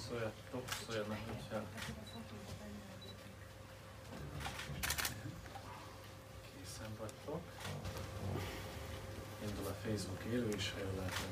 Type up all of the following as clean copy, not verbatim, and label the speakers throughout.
Speaker 1: Szóljanak, hogyha készen vagytok. Indul a Facebook élő is, ha jól látom.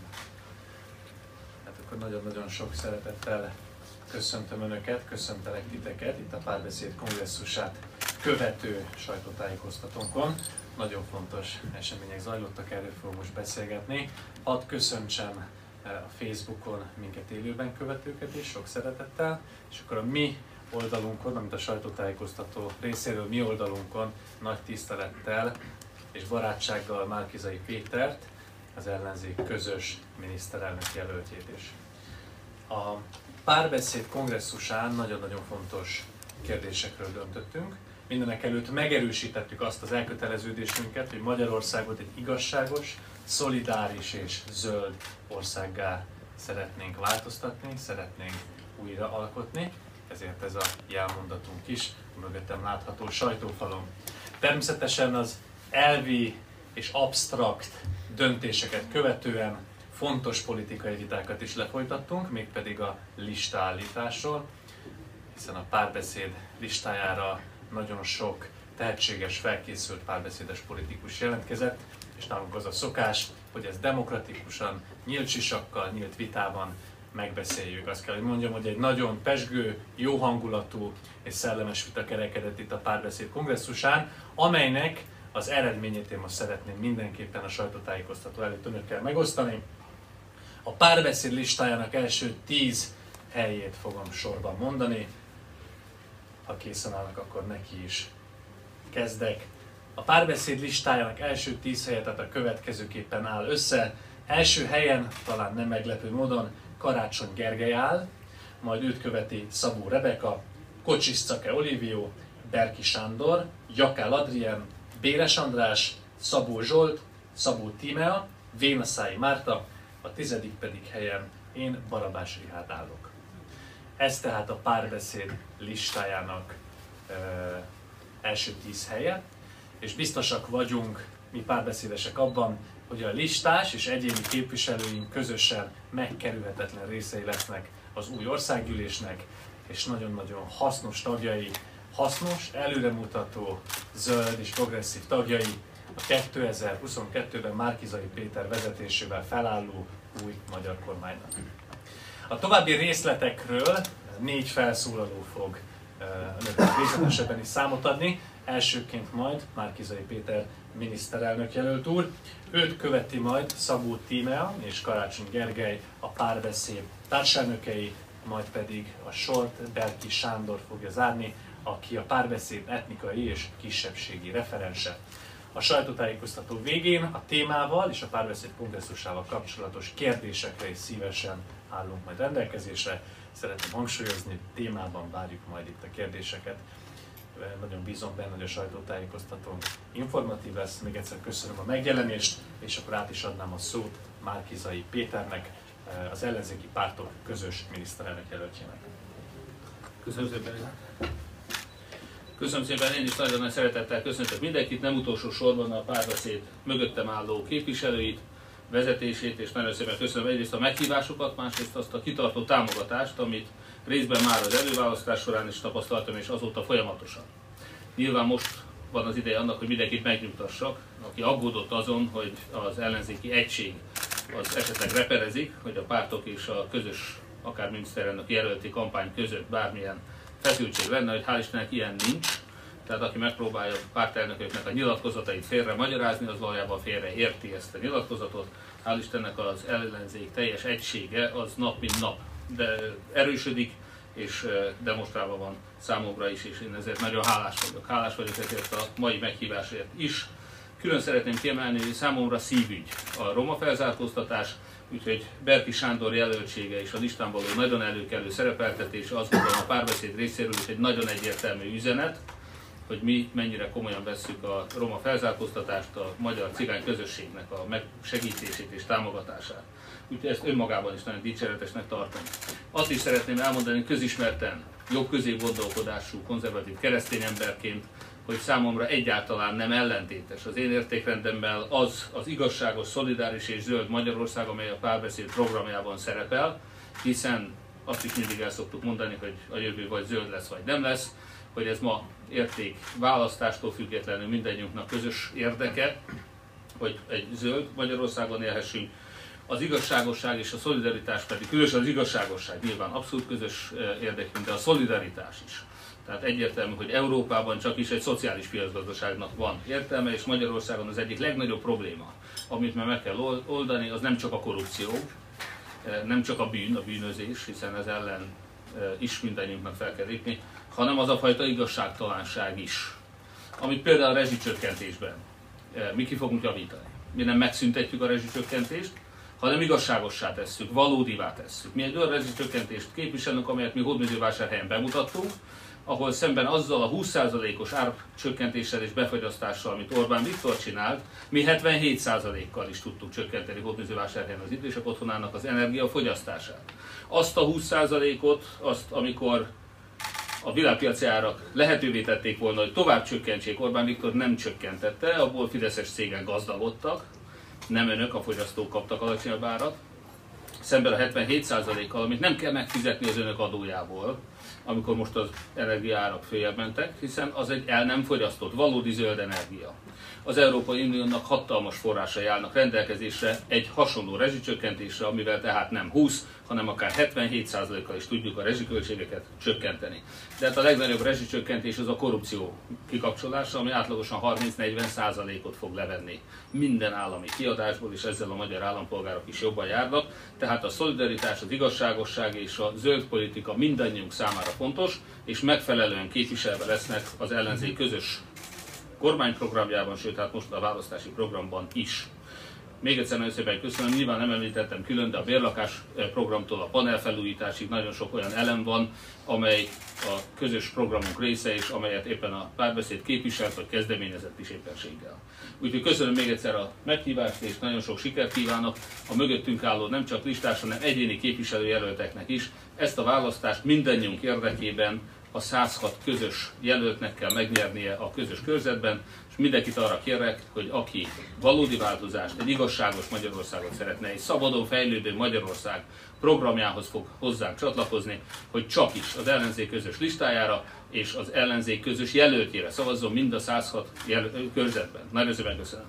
Speaker 1: Hát akkor nagyon-nagyon sok szeretettel köszöntöm Önöket, köszöntelek titeket itt a Párbeszéd kongresszusát követő sajtótájékoztatónkon. Nagyon fontos események zajlottak, erről fogunk most beszélgetni. Hadd köszöntsem a Facebookon minket élőben követőket is, sok szeretettel, és akkor a mi oldalunkon, amit a sajtótájékoztató részéről mi oldalunkon nagy tisztelettel és barátsággal Márki-Zay Pétert, az ellenzék közös miniszterelnök jelöltjét is. A Párbeszéd kongresszusán nagyon-nagyon fontos kérdésekről döntöttünk. Mindenekelőtt megerősítettük azt az elköteleződésünket, hogy Magyarországot egy igazságos, szolidáris és zöld országgá szeretnénk változtatni, szeretnénk újra alkotni, ezért ez a jelmondatunk is, a mögöttem látható sajtófalon. Természetesen az elvi és absztrakt döntéseket követően fontos politikai vitákat is lefolytattunk, mégpedig a listállításról, hiszen a Párbeszéd listájára nagyon sok tehetséges, felkészült párbeszédes politikus jelentkezett, és nálunk az a szokás, hogy ezt demokratikusan, nyílt sisakkal, nyílt vitában megbeszéljük. Azt kell, hogy mondjam, hogy egy nagyon pezsgő, jó hangulatú és szellemes vita kerekedett itt a Párbeszéd kongresszusán, amelynek az eredményét én most szeretném mindenképpen a sajtótájékoztató előtt Önökkel megosztani. A Párbeszéd listájának első 10 helyét fogom sorban mondani. Ha készen állnak, akkor neki is kezdek. A Párbeszéd listájának első 10 helye, tehát a következőképpen áll össze. Első helyen, talán nem meglepő módon, Karácsony Gergely áll, majd őt követi Szabó Rebeka, Kocsis Czake Olivio, Berki Sándor, Jakál Adrien, Béres András, Szabó Zsolt, Szabó Tímea, Vénaszái Márta, a 10. pedig helyen én, Barabás Rihárd állok. Ez tehát a Párbeszéd listájának első 10 helye, és biztosak vagyunk mi párbeszédesek abban, hogy a listás és egyéni képviselőink közösen megkerülhetetlen részei lesznek az új országgyűlésnek, és nagyon-nagyon hasznos tagjai, hasznos, előremutató, zöld és progresszív tagjai a 2022-ben Márki-Zay Péter vezetésével felálló új magyar kormánynak. A további részletekről 4 felszólaló fog részletesebben is számot adni. Elsőként majd Márki-Zay Péter miniszterelnök jelölt úr. Őt követi majd Szabó Tímea és Karácsony Gergely, a Párbeszéd társelnökei, majd pedig a sort Berki Sándor fogja zárni, aki a Párbeszéd etnikai és kisebbségi referense. A sajtótájékoztató végén a témával és a Párbeszéd kongresszusával kapcsolatos kérdésekre is szívesen állunk majd rendelkezésre. Szeretném hangsúlyozni, témában várjuk majd itt a kérdéseket. Nagyon bízom benne, hogy a sajtótájékoztatón informatív lesz. Még egyszer köszönöm a megjelenést, és akkor át is adnám a szót Márki-Zay Péternek, az ellenzéki pártok közös miniszterelnök jelöltjének.
Speaker 2: Köszönöm szépen. Köszönöm szépen, én is nagyon nagy szeretettel köszöntök mindenkit, nem utolsó sorban a Párbeszéd mögöttem álló képviselőit, vezetését, és nagyon szépen köszönöm egyrészt a meghívásokat, másrészt azt a kitartó támogatást, amit részben már az előválasztás során is tapasztaltam, és azóta folyamatosan. Nyilván most van az ideje annak, hogy mindenkit megnyugtassak, aki aggódott azon, hogy az ellenzéki egység az esetleg reperezik, hogy a pártok és a közös, akár miniszterelnök jelölti kampány között bármilyen feszültség lenne, hogy hál' Istennek ilyen nincs. Tehát aki megpróbálja a pártelnököknek a nyilatkozatait félre magyarázni, az valójában félre érti ezt a nyilatkozatot. Hál' Istennek az ellenzék teljes egysége az nap mint nap, de erősödik és demonstrálva van számomra is, és én ezért nagyon hálás vagyok. Hálás vagyok ezért a mai meghívásért is. Külön szeretném kiemelni, hogy számomra szívügy a roma felzárkóztatás, úgyhogy Berki Sándor jelöltsége és a listán való nagyon előkelő szerepeltetés azt gondolom a Párbeszéd részéről is egy nagyon egyértelmű üzenet, hogy mi mennyire komolyan vesszük a roma felzárkóztatást, a magyar cigány közösségnek a megsegítését és támogatását. Úgyhogy ezt önmagában is nagyon dicséretesnek tartom. Azt is szeretném elmondani közismerten, jobb középgondolkodású, konzervatív keresztény emberként, hogy számomra egyáltalán nem ellentétes az én értékrendemmel az igazságos, szolidáris és zöld Magyarország, amely a Párbeszéd programjában szerepel, hiszen azt is mindig el szoktuk mondani, hogy a jövő vagy zöld lesz, vagy nem lesz, hogy ez ma érték választástól függetlenül mindannyiunknak közös érdeke, hogy egy zöld Magyarországon élhessünk. Az igazságosság és a szolidaritás pedig, különösen az igazságosság nyilván abszolút közös érdekünk, de a szolidaritás is. Tehát egyértelmű, hogy Európában csak is egy szociális piacgazdaságnak van értelme, és Magyarországon az egyik legnagyobb probléma, amit meg kell oldani, az nem csak a korrupció, nem csak a bűnözés, hiszen ez ellen is mindannyiunknak fel kell lépni, hanem az a fajta igazságtalanság is, amit például a rezsicsökkentésben mi ki fogunk javítani. Mi nem megszüntetjük a rezsicsökkentést, hanem igazságossá tesszük, valódivá tesszük. Mi egy olyan rezsicsökkentést képviselünk, amelyet mi Hódmezővásárhelyen bemutattunk, ahol szemben azzal a 20%-os árcsökkentéssel és befagyasztással, amit Orbán Viktor csinált, mi 77%-kal is tudtuk csökkenteni Hódmezővásárhelyen az idősek otthonának az energiafogyasztását. Azt a 20%-ot, amikor a világpiaci árak lehetővé tették volna, hogy tovább csökkentsék, Orbán Viktor nem csökkentette, abból fideszes cégek gazdagodtak, nem önök, a fogyasztók kaptak alacsonyabb árat, szemben a 77%-kal, amit nem kell megfizetni az önök adójából, amikor most az energiaárak följebb mentek, hiszen az egy el nem fogyasztott, valódi zöld energia. Az Európai Uniónak hatalmas forrásai állnak rendelkezésre egy hasonló rezsicsökkentésre, amivel tehát nem 20, hanem akár 77%-kal is tudjuk a rezsiköltségeket csökkenteni. De hát a legnagyobb rezsicsökkentés az a korrupció kikapcsolása, ami átlagosan 30-40%-ot fog levenni minden állami kiadásból, és ezzel a magyar állampolgárok is jobban járnak. Tehát a szolidaritás, az igazságosság és a zöld politika mindannyiunk számára fontos, és megfelelően képviselve lesznek az ellenzék közös kormányprogramjában, sőt, hát most a választási programban is. Még egyszer nagyon szépen köszönöm, nyilván nem említettem külön, de a bérlakás programtól a panelfelújításig nagyon sok olyan elem van, amely a közös programunk része, és amelyet éppen a Párbeszéd képviselt, vagy kezdeményezett is éppenséggel. Úgyhogy köszönöm még egyszer a meghívást, és nagyon sok sikert kívánok a mögöttünk álló nem csak listás, hanem egyéni képviselőjelölteknek is. Ezt a választást mindannyiunk érdekében a 106 közös jelöltnek kell megnyernie a közös körzetben, és mindenkit arra kérek, hogy aki valódi változást, egy igazságos Magyarországot szeretne, egy szabadon fejlődő Magyarország programjához fog hozzánk csatlakozni, hogy csak is az ellenzék közös listájára és az ellenzék közös jelöltjére szavazzon mind a 106 körzetben. Nagyon szépen köszönöm.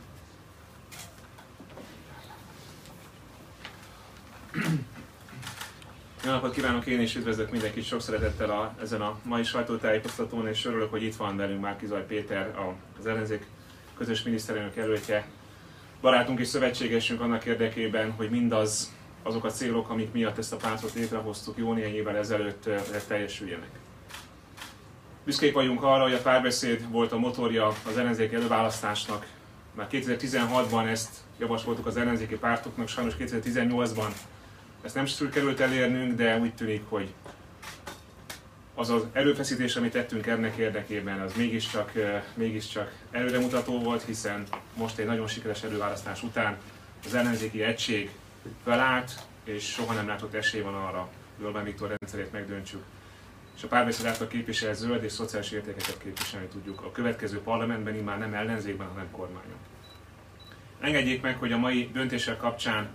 Speaker 3: Jó napot kívánok, én is üdvözlök mindenkit sok szeretettel ezen a mai sajtótájékoztatón, és örülök, hogy itt van velünk Márki-Zay Péter, az ellenzék közös miniszterelnök jelöltje, barátunk és szövetségesünk annak érdekében, hogy azok a célok, amik miatt ezt a pártot létrehoztuk jó néhány évvel ezelőtt, teljesüljenek. Büszkék vagyunk arra, hogy a Párbeszéd volt a motorja az ellenzéki előválasztásnak. Már 2016-ban ezt javasoltuk az ellenzéki pártoknak, sajnos 2018-ban ezt nem sikerült elérnünk, de úgy tűnik, hogy az az erőfeszítés, amit tettünk ennek érdekében, az mégiscsak előremutató volt, hiszen most egy nagyon sikeres előválasztás után az ellenzéki egység felállt, és soha nem látott esély van arra, hogy Orbán Viktor rendszerét megdöntsük. És a Párbeszéd által képviselt zöld és szociális értékeket képviselni tudjuk a következő parlamentben, immár nem ellenzékben, hanem kormányon. Engedjék meg, hogy a mai döntések kapcsán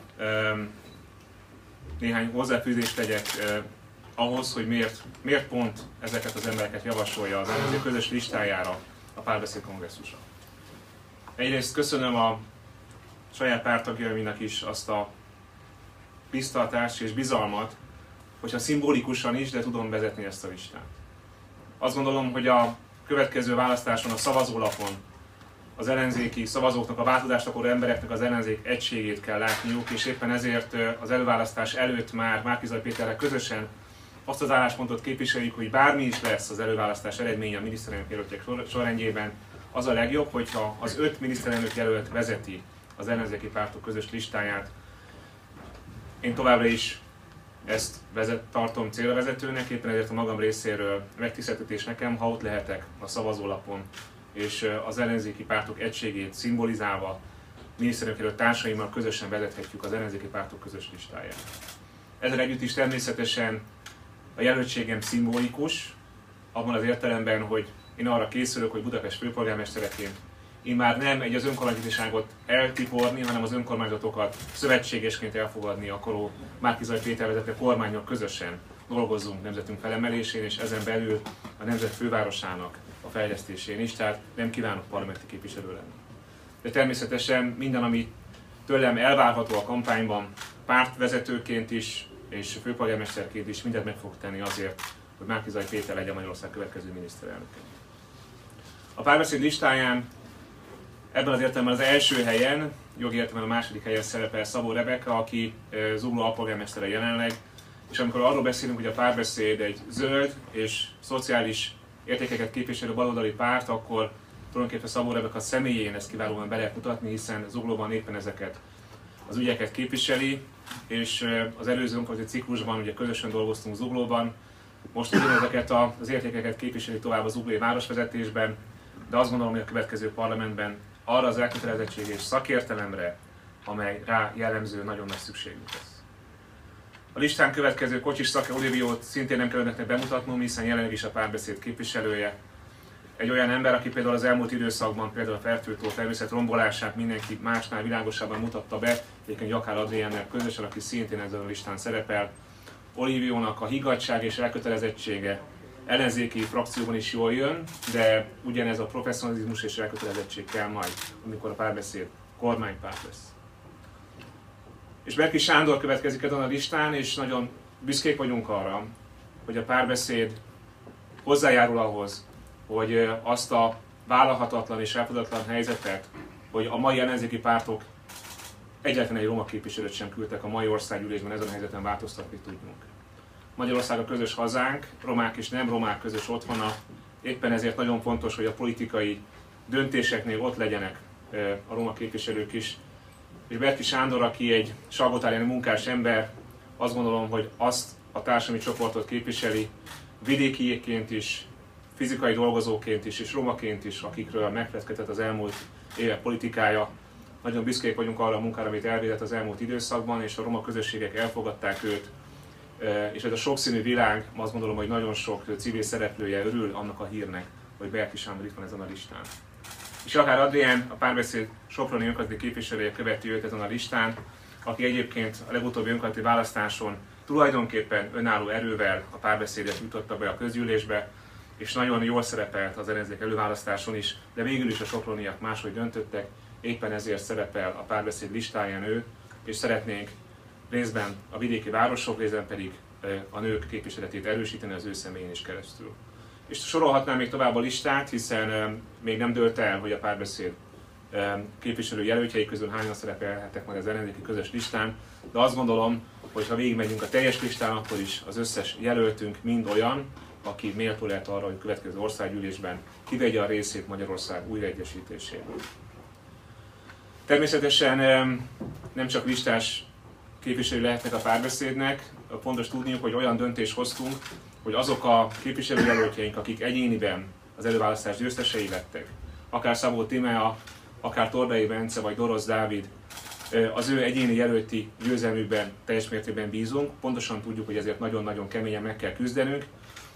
Speaker 3: néhány hozzáfűzést tegyek ahhoz, hogy miért pont ezeket az embereket javasolja az ellenzék közös listájára a Párbeszéd kongresszusa. Egyrészt köszönöm a saját párttagjaimnak is azt a biztatást és bizalmat, hogyha szimbolikusan is, de tudom vezetni ezt a listát. Azt gondolom, hogy a következő választáson a szavazólapon az ellenzéki szavazóknak, a változást akaró embereknek az ellenzék egységét kell látniuk, és éppen ezért az előválasztás előtt már Márki-Zay Péterrel közösen azt az álláspontot képviseljük, hogy bármi is lesz az előválasztás eredménye a miniszterelnök jelöltek sorrendjében, az a legjobb, hogyha az 5 miniszterelnök jelölt vezeti az ellenzéki pártok közös listáját. Én továbbra is ezt tartom célvezetőnek, éppen ezért a magam részéről megtiszteltetés nekem, ha ott lehetek a szavazólapon, és az ellenzéki pártok egységét szimbolizálva miniszterelnök jelölt társaimmal közösen vezethetjük az ellenzéki pártok közös listáját. Ezzel együtt is természetesen a jelöltségem szimbolikus, abban az értelemben, hogy én arra készülök, hogy Budapest főpolgármestereként immár nem egy az önkormányzatiságot eltiporni, hanem az önkormányzatokat szövetségesként elfogadni akaró Márki-Zay Péter vezette kormánnyal közösen dolgozzunk nemzetünk felemelésén, és ezen belül a nemzet fővárosának a fejlesztésén is, tehát nem kívánok parlamenti képviselő lenni. De természetesen minden, ami tőlem elvárható a kampányban, pártvezetőként is, és főpolgármesterként is mindent meg fog tenni azért, hogy Márki-Zay Péter legyen Magyarország következő miniszterelnöke. A párbeszéd listáján ebben az értelemben az első helyen, jogi értelemben a második helyen szerepel Szabó Rebeka, aki Zugló alpolgármestere jelenleg, és amikor arról beszélünk, hogy a párbeszéd egy zöld és szociális értékeket képviselő baloldali párt, akkor tulajdonképpen Szabó Rebeka személyén ezt kiválóan be lehet mutatni, hiszen Zuglóban éppen ezeket az ügyeket képviseli, és az előző önkormányzati ciklusban ugye közösen dolgoztunk Zuglóban, most ugyanezeket az értékeket képviseli tovább az zuglói városvezetésben, de azt gondolom, hogy a következő parlamentben arra az elkötelezettség és szakértelemre, amely rá jellemző, nagyon nagy szükségünk lesz. A listán következő Kocsis Szake Oliviót szintén nem kell önöknek bemutatnom, hiszen jelenleg is a párbeszéd képviselője. Egy olyan ember, aki például az elmúlt időszakban például a Fertőtó természet rombolását mindenki másnál világosabban mutatta be, egyébként Jakál Adriánnel közösen, aki szintén ezen a listán szerepel. Oliviónak a higgadtság és elkötelezettsége ellenzéki frakcióban is jól jön, de ugyanez a professzionalizmus és elkötelezettség kell majd, amikor a párbeszéd kormánypárt lesz. És Berki Sándor következik ezen a listán, és nagyon büszkék vagyunk arra, hogy a párbeszéd hozzájárul ahhoz, hogy azt a vállalhatatlan és elfogadatlan helyzetet, hogy a mai ellenzéki pártok egyetlen egy roma képviselőt sem küldtek a mai országgyűlésben ezen a helyzeten változtatni tudjunk. Magyarország a közös hazánk, romák és nem romák közös otthona, éppen ezért nagyon fontos, hogy a politikai döntéseknél ott legyenek a roma képviselők is. És Berki Sándor, aki egy salgótarjáni munkás ember, azt gondolom, hogy azt a társadalmi csoportot képviseli, vidékiként is, fizikai dolgozóként is, és romaként is, akikről megfelelkezett az elmúlt évek politikája. Nagyon büszkék vagyunk arra a munkára, amit elvégzett az elmúlt időszakban, és a roma közösségek elfogadták őt. És ez a sokszínű világ, azt gondolom, hogy nagyon sok civil szereplője örül annak a hírnek, hogy Berki Sándor itt van ezen a listán. És akár Adrián, a párbeszéd soproni önkormányzati képviselője követi őt ezen a listán, aki egyébként a legutóbbi önkormányzati választáson tulajdonképpen önálló erővel a párbeszédet jutotta be a közgyűlésbe, és nagyon jól szerepelt az ellenzék előválasztáson is, de végül is a soproniak máshogy döntöttek, éppen ezért szerepel a párbeszéd listáján ő, és szeretnénk részben a vidéki városok, részben pedig a nők képviseletét erősíteni az ő személyén is keresztül. És sorolhatnám még tovább a listát, hiszen még nem dőlt el, hogy a párbeszéd képviselő jelöltjei közül hányan szerepelhettek majd az ellenzéki közös listán, de azt gondolom, hogy ha végigmegyünk a teljes listán, akkor is az összes jelöltünk mind olyan, aki méltó lehet arra, hogy a következő országgyűlésben kivegye a részét Magyarország újraegyesítéséből. Természetesen nem csak listás képviselői lehetnek a párbeszédnek, fontos tudniuk, hogy olyan döntést hoztunk, hogy azok a képviselőjelöltjeink, akik egyéniben az előválasztás győztesei lettek, akár Szabó Tímea, akár Tordai Bence vagy Dorosz Dávid, az ő egyéni jelölti győzelmükben teljes mértékben bízunk. Pontosan tudjuk, hogy ezért nagyon-nagyon keményen meg kell küzdenünk,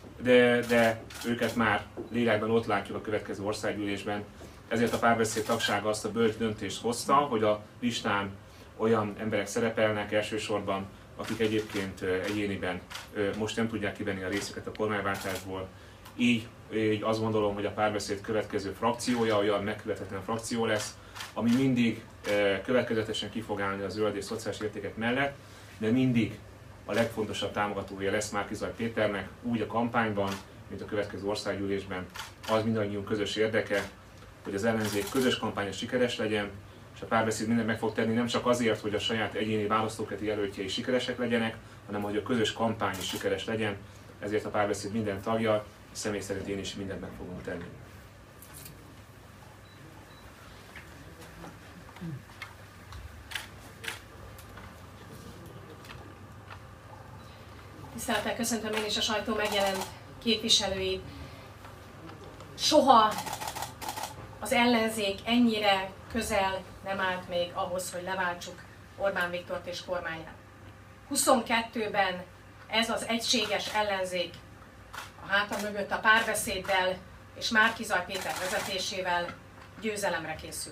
Speaker 3: de őket már lélekben ott látjuk a következő országgyűlésben. Ezért a párbeszéd tagsága azt a bölcs döntést hozta, hogy a listán olyan emberek szerepelnek elsősorban, akik egyébként egyéniben most nem tudják kivenni a részüket a kormányváltásból. Így azt gondolom, hogy a párbeszéd következő frakciója olyan megkövetetlen frakció lesz, ami mindig következetesen ki fog állni a zöld és szociális értékek mellett, de mindig a legfontosabb támogatója lesz Márki-Zay Péternek, úgy a kampányban, mint a következő országgyűlésben. Az mindannyiunk közös érdeke, hogy az ellenzék közös kampánya sikeres legyen, és a párbeszéd mindent meg fog tenni nem csak azért, hogy a saját egyéni választókerületi jelöltjei sikeresek legyenek, hanem hogy a közös kampány is sikeres legyen, ezért a párbeszéd minden tagja, személy szerint én is mindent meg fogunk tenni.
Speaker 4: Tisztelettel köszöntöm én is a sajtó megjelent képviselőit. Soha az ellenzék ennyire közel nem állt még ahhoz, hogy leváltsuk Orbán Viktort és kormányát. 22-ben ez az egységes ellenzék a háta mögött a párbeszéddel és Márki-Zay Péter vezetésével győzelemre készül.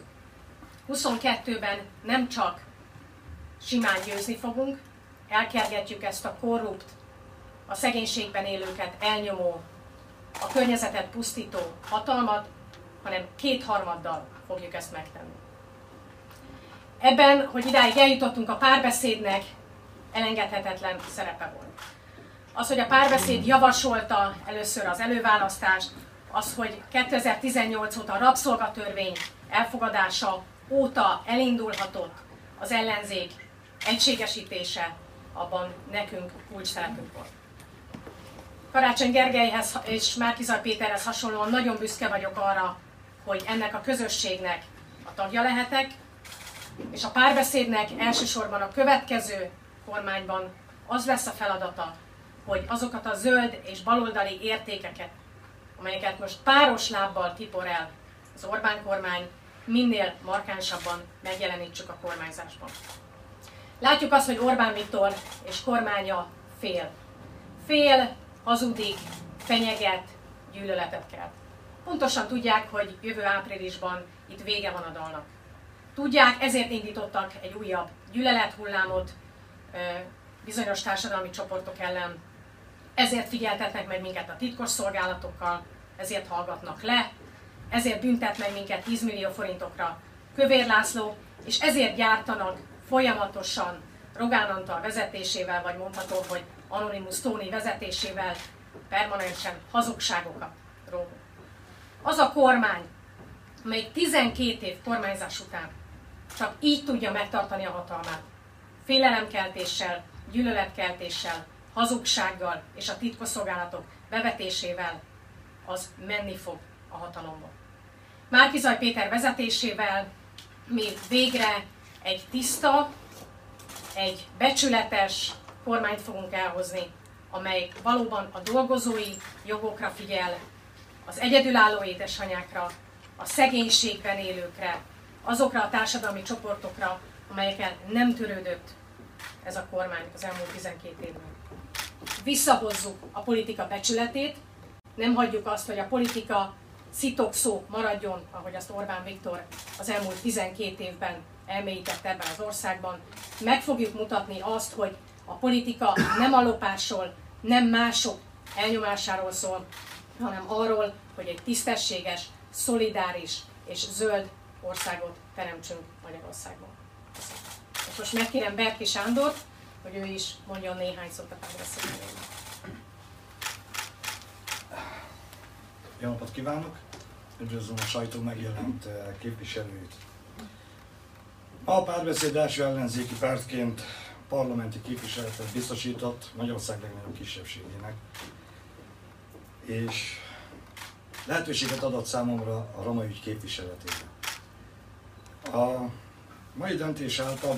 Speaker 4: 22-ben nem csak simán győzni fogunk, elkergetjük ezt a korrupt, a szegénységben élőket elnyomó, a környezetet pusztító hatalmat, hanem 2/3 fogjuk ezt megtenni. Ebben, hogy idáig eljutottunk, a párbeszédnek elengedhetetlen szerepe volt. Az, hogy a párbeszéd javasolta először az előválasztást, az, hogy 2018 óta a rabszolgatörvény elfogadása óta elindulhatott az ellenzék egységesítése, abban nekünk kulcs szerepünk volt. Karácsony Gergelyhez és Márki-Zay Péterhez hasonlóan nagyon büszke vagyok arra, hogy ennek a közösségnek a tagja lehetek, és a párbeszédnek elsősorban a következő kormányban az lesz a feladata, hogy azokat a zöld és baloldali értékeket, amelyeket most páros lábbal tipor el az Orbán kormány, minél markánsabban megjelenítsük a kormányzásban. Látjuk azt, hogy Orbán Viktor és kormánya fél. Fél, hazudik, fenyeget, gyűlöletet kelt. Pontosan tudják, hogy jövő áprilisban itt vége van a dalnak. Tudják, ezért indítottak egy újabb gyűlölethullámot bizonyos társadalmi csoportok ellen, ezért figyeltetnek meg minket a titkosszolgálatokkal, ezért hallgatnak le, ezért büntet meg minket 10 millió forintokra Kövér László, és ezért gyártanak folyamatosan Rogán Antal vezetésével, vagy mondhatom, hogy Anonymous Tony vezetésével permanensen hazugságokat róla. Az a kormány, amely 12 év kormányzás után csak így tudja megtartani a hatalmát, félelemkeltéssel, gyűlöletkeltéssel, hazugsággal és a titkosszolgálatok bevetésével, az menni fog a hatalomba. Márki-Zay Péter vezetésével mi végre egy tiszta, egy becsületes kormányt fogunk elhozni, amely valóban a dolgozói jogokra figyel, az egyedülálló édesanyákra, a szegénységben élőkre, azokra a társadalmi csoportokra, amelyekkel nem törődött ez a kormány az elmúlt 12 évben. Visszahozzuk a politika becsületét, nem hagyjuk azt, hogy a politika szitokszó maradjon, ahogy azt Orbán Viktor az elmúlt 12 évben elmélyített ebben az országban. Meg fogjuk mutatni azt, hogy a politika nem a lopásról, nem mások elnyomásáról szól, hanem arról, hogy egy tisztességes, szolidáris és zöld országot teremtsünk Magyarországban. És most megkérem Berki Sándort, hogy ő is mondjon néhány szót a párbeszédről.
Speaker 5: Jó napot kívánok! Üdvözlöm a sajtó megjelent képviselőit. A párbeszéd első ellenzéki pártként parlamenti képviseletet biztosított Magyarország legnagyobb kisebbségének, és lehetőséget adott számomra a roma ügy képviseletére. A mai döntés által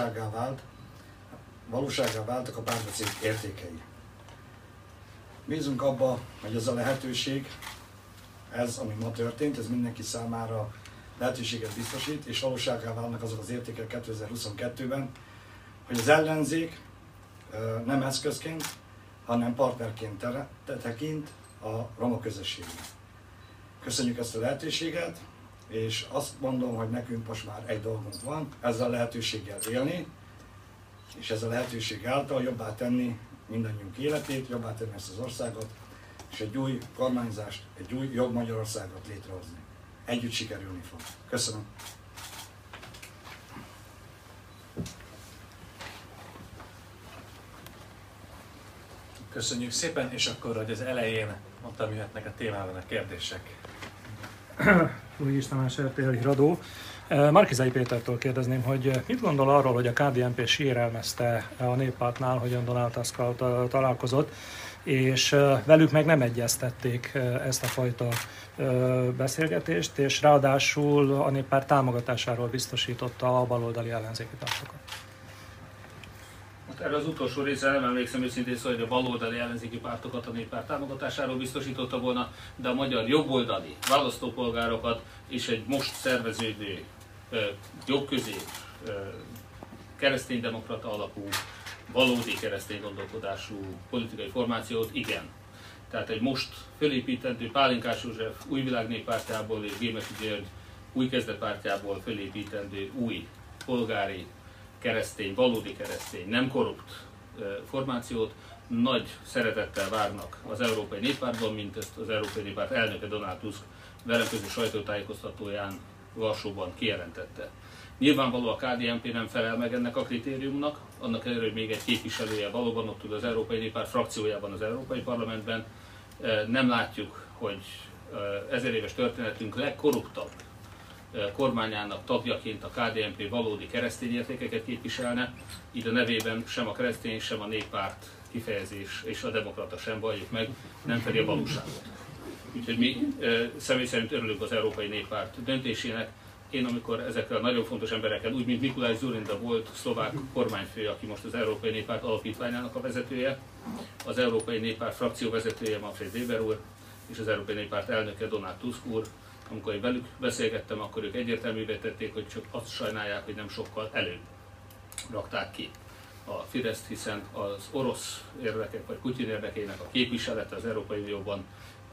Speaker 5: valósággá váltak a párbeszéd értékei. Bízunk abba, hogy ez a lehetőség, ez, ami ma történt, ez mindenki számára lehetőséget biztosít, és valósággá válnak azok az értékek 2022-ben, hogy az ellenzék nem eszközként, hanem partnerként tekint a roma közösségnek. Köszönjük ezt a lehetőséget, és azt mondom, hogy nekünk most már egy dolgunk van, ezzel a lehetőséggel élni, és ez a lehetőség által jobbá tenni mindannyiunk életét, jobbá tenni ezt az országot, és egy új kormányzást, egy új jobb Magyarországot létrehozni. Együtt sikerülni fog. Köszönöm.
Speaker 1: Köszönjük szépen, és akkor, hogy az elején mondtam, jöhetnek a témában a kérdések.
Speaker 6: Luis Tamás, RTL Híradó. Márki-Zay Pétertől kérdezném, hogy mit gondol arról, hogy a KDNP sérelmezte a Néppártnál, hogyan Donald Tusk-kal találkozott, és velük meg nem egyeztették ezt a fajta beszélgetést, és ráadásul a Néppárt támogatásáról biztosította a baloldali ellenzéki pártokat.
Speaker 2: Erre az utolsó részre nem emlékszem őszintén, hogy a baloldali ellenzéki pártokat a Néppárt támogatásáról biztosította volna, de a magyar jobboldali választópolgárokat és egy most szerveződő jobbközép kereszténydemokrata alapú, valódi keresztény gondolkodású politikai formációt igen. Tehát egy most fölépítendő Pálinkás József Új Világ Néppártjából és Gémesi György új kezdet pártjából fölépítendő új polgári, keresztény, valódi keresztény, nem korrupt formációt nagy szeretettel várnak az Európai Néppártban, mint ezt az Európai Néppárt elnöke Donald Tusk velem közös sajtótájékoztatóján Varsóban kijelentette. Nyilvánvaló a KDNP nem felel meg ennek a kritériumnak, annak ellenére, hogy még egy képviselője valóban ott ül az Európai Néppárt frakciójában az Európai Parlamentben. Nem látjuk, hogy 1000 éves történetünk legkorruptabb kormányának tagjaként a KDNP valódi keresztény értékeket képviselne, így a nevében sem a keresztény, sem a néppárt kifejezés és a demokrata sem, valljuk meg, nem fedi a valóságot. Úgyhogy mi személy szerint örülünk az Európai Néppárt döntésének. Én amikor ezekkel a nagyon fontos emberekkel, úgy mint Mikulás Dzurinda volt szlovák kormányfő, aki most az Európai Néppárt alapítványának a vezetője, az Európai Néppárt frakció vezetője Manfred Weber úr, és az Európai Néppárt elnöke Donald Tusk úr, amikor én velük beszélgettem, akkor ők egyértelművé tették, hogy csak azt sajnálják, hogy nem sokkal előbb rakták ki a Fideszt, hiszen az orosz érdekek vagy Putyin érdekének a képviselete az Európai Unióban,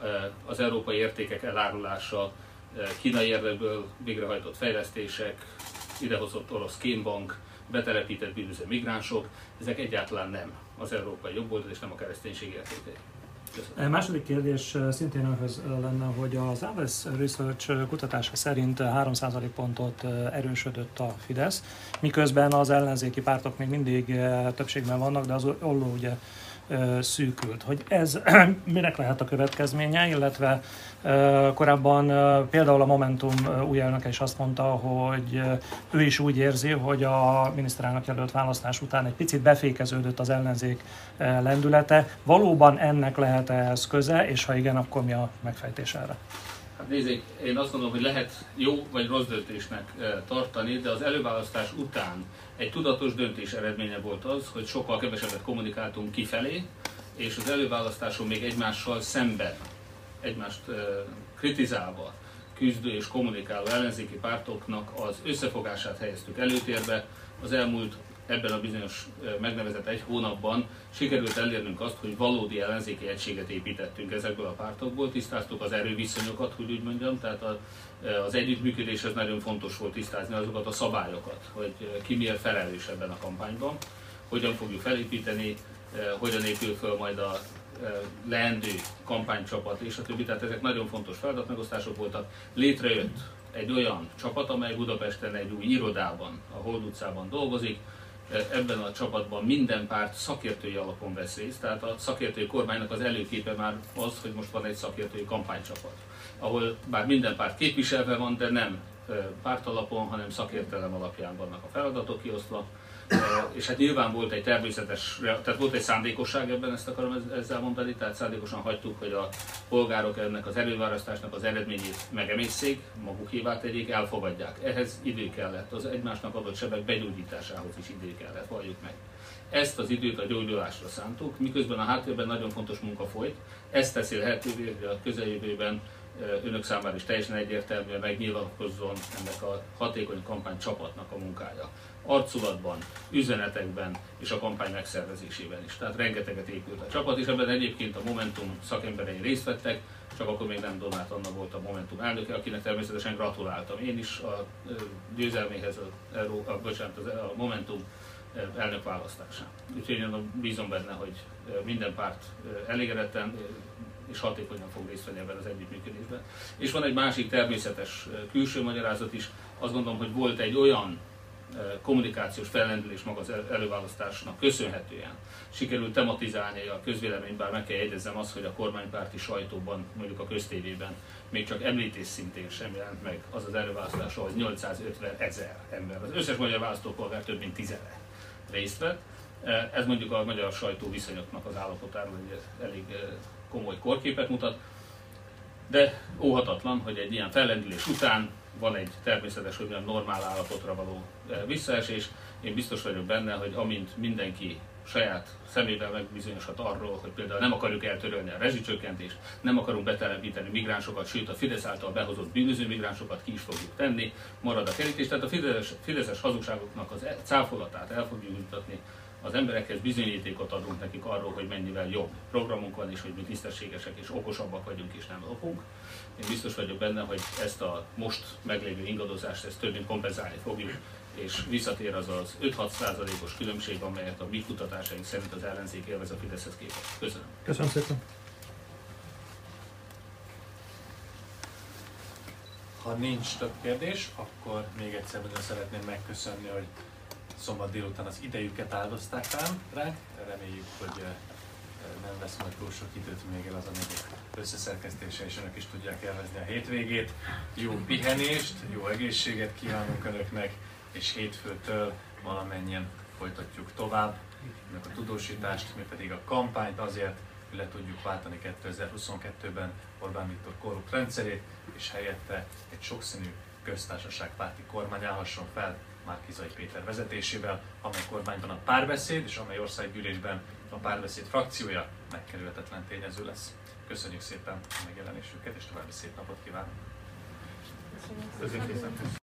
Speaker 2: az európai értékek elárulása, kínai érdekből végrehajtott fejlesztések, idehozott orosz kémbank, betelepített bűnöző migránsok, ezek egyáltalán nem az európai jobboldal és nem a kereszténység értékei.
Speaker 6: Köszönöm. Második kérdés szintén önhöz lenne, hogy az Aves Research kutatása szerint 3% pontot erősödött a Fidesz, miközben az ellenzéki pártok még mindig többségben vannak, de az olló ugye szűkült. Hogy ez minek lehet a következménye, illetve korábban például a Momentum új elnöke is azt mondta, hogy ő is úgy érzi, hogy a miniszterelnök jelölt választás után egy picit befékeződött az ellenzék lendülete. Valóban ennek lehet ehhez köze, és ha igen, akkor mi a megfejtés erre?
Speaker 2: Hát nézzék, én azt gondolom, hogy lehet jó vagy rossz döntésnek tartani, de az előválasztás után egy tudatos döntés eredménye volt az, hogy sokkal kevesebbet kommunikáltunk kifelé, és az előválasztáson még egymással szemben, egymást kritizálva küzdő és kommunikáló ellenzéki pártoknak az összefogását helyeztük előtérbe. Az elmúlt ebben a bizonyos megnevezett egy hónapban sikerült elérnünk azt, hogy valódi ellenzéki egységet építettünk ezekből a pártokból, tisztáztuk az erőviszonyokat, hogy úgy mondjam, tehát az együttműködéshez nagyon fontos volt tisztázni azokat a szabályokat, hogy ki miért felelős ebben a kampányban, hogyan fogjuk felépíteni, hogyan épül föl majd a leendő kampánycsapat és a többi, tehát ezek nagyon fontos feladatmegosztások voltak. Létrejött egy olyan csapat, amely Budapesten egy új irodában, a Hold utcában dolgozik. Ebben a csapatban minden párt szakértői alapon vesz részt, tehát a szakértői kormánynak az előképe már az, hogy most van egy szakértői kampánycsapat, ahol bár minden párt képviselve van, de nem párt alapon, hanem szakértelem alapján vannak a feladatok kiosztva. És hát nyilván volt egy természetes, tehát volt egy szándékosság ebben, ezt akarom ezzel mondani, tehát szándékosan hagytuk, hogy a polgárok ennek az előválasztásnak az eredményét megemészszék, magukévá tegyék, elfogadják. Ehhez idő kellett, az egymásnak adott sebek begyógyításához is idő kellett, valljuk meg. Ezt az időt a gyógyulásra szántuk, miközben a háttérben nagyon fontos munka folyt. Ezt teszi lehetővé, hogy a közeljövőben önök számára is teljesen egyértelműen megnyilvánkozzon ennek a hatékony kampánycsapatnak a munkája. Arculatban, üzenetekben és a kampány megszervezésében is. Tehát rengeteget épült a csapat, és ebben egyébként a Momentum szakemberei részt vettek, csak akkor még nem Donát Anna volt a Momentum elnöke, akinek természetesen gratuláltam én is a győzelméhez a Momentum elnök választásán. Úgyhogy én bízom benne, hogy minden párt elégedetten és hatékonyan fog részt venni ebben az együttműködésben. És van egy másik természetes külső magyarázat is. Azt gondolom, hogy volt egy olyan kommunikációs fellendülés maga az előválasztásnak köszönhetően. Sikerült tematizálni a közvéleményt, bár meg kell jegyezzem azt, hogy a kormánypárti sajtóban, mondjuk a köztévében még csak említés szintén sem jelent meg az az előválasztás, ahol 850 000 ember, az összes magyar választópolgár több mint 10 000 részt vett. Ez mondjuk a magyar sajtó viszonyoknak az állapotáról egy elég komoly korképet mutat, de óhatatlan, hogy egy ilyen fellendülés után van egy természetes, hogy nem normál állapotra való visszaesés. Én biztos vagyok benne, hogy amint mindenki saját szemével megbizonyosod arról, hogy például nem akarjuk eltörölni a rezsicsökkentést, nem akarunk betelepíteni migránsokat, sőt a Fidesz által behozott bűnöző migránsokat ki is fogjuk tenni, marad a kerítés. Tehát a fideszes hazugságoknak az cáfolatát el fogjuk jutatni az emberekhez bizonyítékot adunk nekik arról, hogy mennyivel jobb programunk van, és hogy mi tisztességesek és okosabbak vagyunk, és nem lopunk. Én biztos vagyok benne, hogy ezt a most meglévő ingadozást ezt több mint kompenzálni fogjuk, és visszatér az az 5-6%-os különbség, amelyet a mi kutatásaink szerint az ellenzék élvez a Fideszhez képest. Köszönöm.
Speaker 6: Köszönöm szépen.
Speaker 1: Ha nincs több kérdés, akkor még egyszer nagyon szeretném megköszönni, hogy szombat délután az idejüket áldozták ránk. Reméljük, hogy nem vesz majd túl sok időt még el az anyagok összeszerkesztése, és önök is tudják élvezni a hétvégét. Jó pihenést, jó egészséget kívánunk önöknek, és hétfőtől valamennyien folytatjuk tovább a tudósítást, mi pedig a kampányt azért, hogy le tudjuk váltani 2022-ben Orbán Viktor korrupt rendszerét, és helyette egy sokszínű köztársaságpárti kormány állhasson fel Márki-Zay Péter vezetésével, amely kormányban a Párbeszéd és amely országgyűlésben a Párbeszéd frakciója megkerülhetetlen tényező lesz. Köszönjük szépen a megjelenésüket, és további szép napot kívánok!
Speaker 2: Köszönjük szépen!